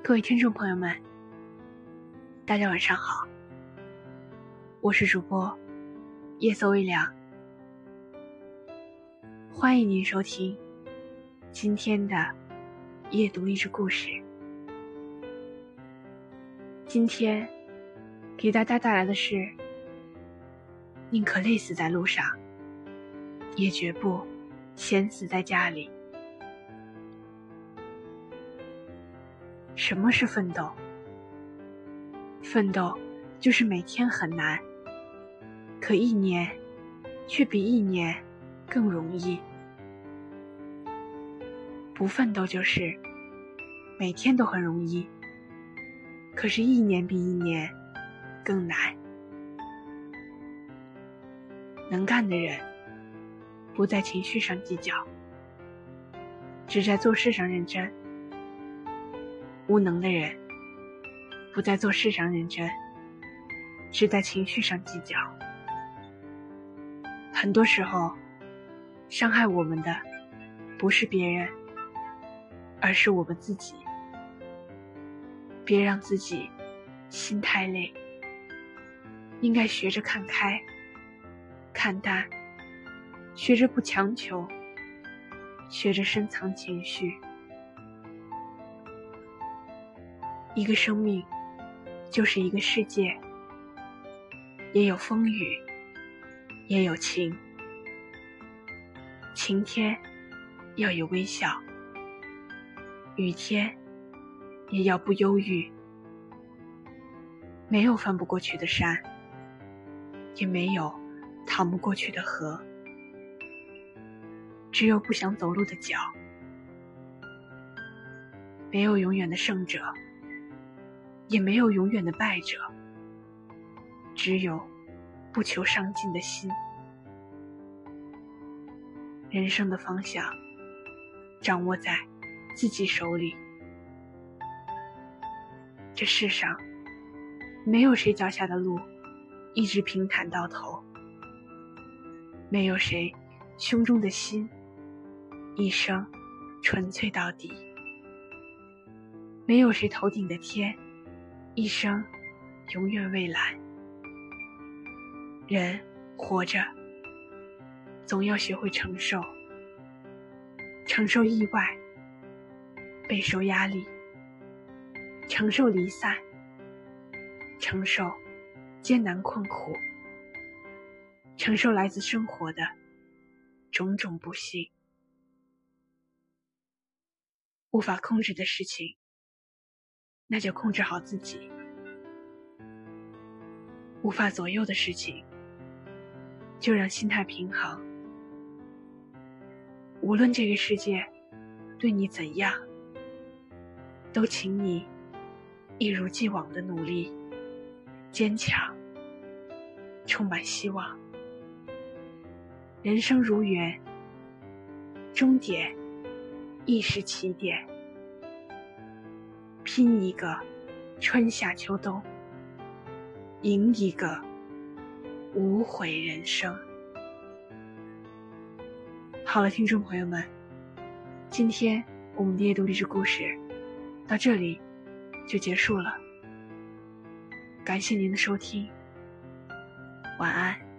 各位听众朋友们，大家晚上好，我是主播夜色微凉，欢迎您收听今天的夜读一只故事。今天给大家带来的是宁可累死在路上，也绝不闲死在家里。什么是奋斗？奋斗就是每天很难，可一年却比一年更容易。不奋斗就是每天都很容易，可是一年比一年更难。能干的人不在情绪上计较，只在做事上认真。无能的人不在做事上认真，只在情绪上计较。很多时候，伤害我们的不是别人，而是我们自己。别让自己心太累，应该学着看开看淡，学着不强求，学着深藏情绪。一个生命就是一个世界，也有风雨，也有晴。晴天要有微笑，雨天也要不忧郁。没有翻不过去的山，也没有淌不过去的河，只有不想走路的脚。没有永远的胜者，也没有永远的败者，只有不求上进的心。人生的方向掌握在自己手里。这世上没有谁脚下的路一直平坦到头，没有谁胸中的心一生纯粹到底，没有谁头顶的天一生永远蔚蓝。人活着总要学会承受意外，备受压力，承受离散，承受艰难困苦，承受来自生活的种种不幸。无法控制的事情，那就控制好自己。无法左右的事情，就让心态平衡。无论这个世界对你怎样，都请你一如既往的努力，坚强，充满希望。人生如缘，终点亦是起点。拼一个春夏秋冬，赢一个无悔人生。好了，听众朋友们，今天我们的夜读励志故事到这里就结束了，感谢您的收听，晚安。